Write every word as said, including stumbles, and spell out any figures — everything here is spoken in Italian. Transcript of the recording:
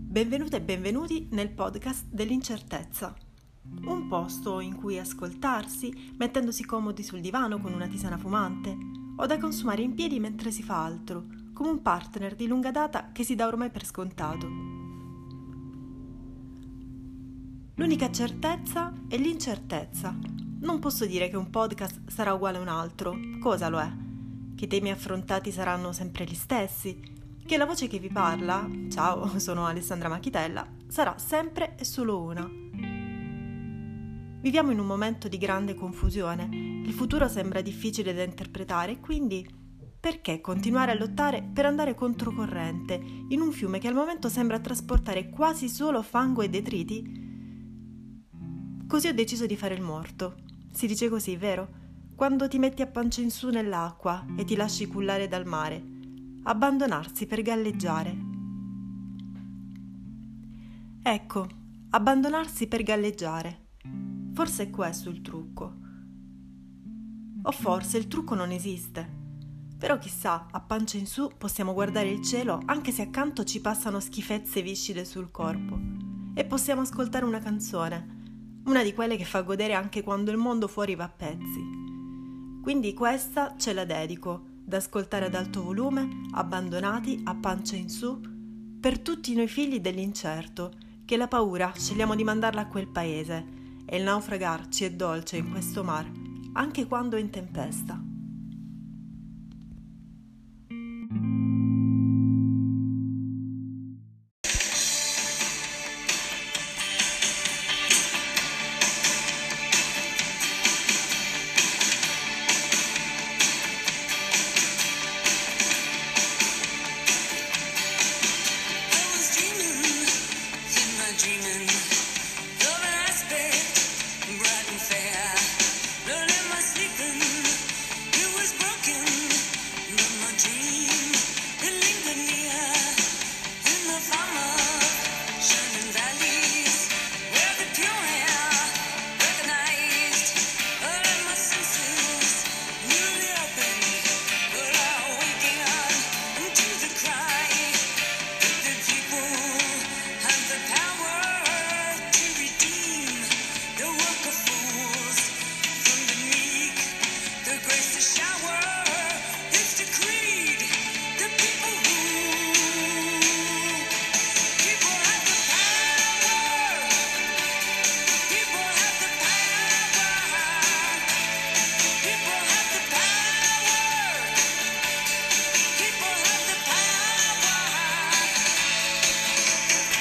Benvenute e benvenuti nel podcast dell'incertezza, un posto in cui ascoltarsi mettendosi comodi sul divano con una tisana fumante o da consumare in piedi mentre si fa altro, come un partner di lunga data che si dà ormai per scontato. L'unica certezza è l'incertezza. Non posso dire che un podcast sarà uguale a un altro, cosa lo è? Che i temi affrontati saranno sempre gli stessi? Che la voce che vi parla, ciao, sono Alessandra Machitella, sarà sempre e solo una. Viviamo in un momento di grande confusione, il futuro sembra difficile da interpretare e quindi perché continuare a lottare per andare controcorrente in un fiume che al momento sembra trasportare quasi solo fango e detriti? Così ho deciso di fare il morto. Si dice così, vero? Quando ti metti a pancia in su nell'acqua e ti lasci cullare dal mare. Abbandonarsi per galleggiare. Ecco, abbandonarsi per galleggiare. Forse è questo il trucco. O forse il trucco non esiste. Però chissà, a pancia in su possiamo guardare il cielo anche se accanto ci passano schifezze viscide sul corpo. E possiamo ascoltare una canzone, una di quelle che fa godere anche quando il mondo fuori va a pezzi. Quindi questa ce la dedico, da ascoltare ad alto volume, abbandonati, a pancia in su, per tutti noi figli dell'incerto, che la paura scegliamo di mandarla a quel paese, e il naufragar ci è dolce in questo mar, anche quando è in tempesta.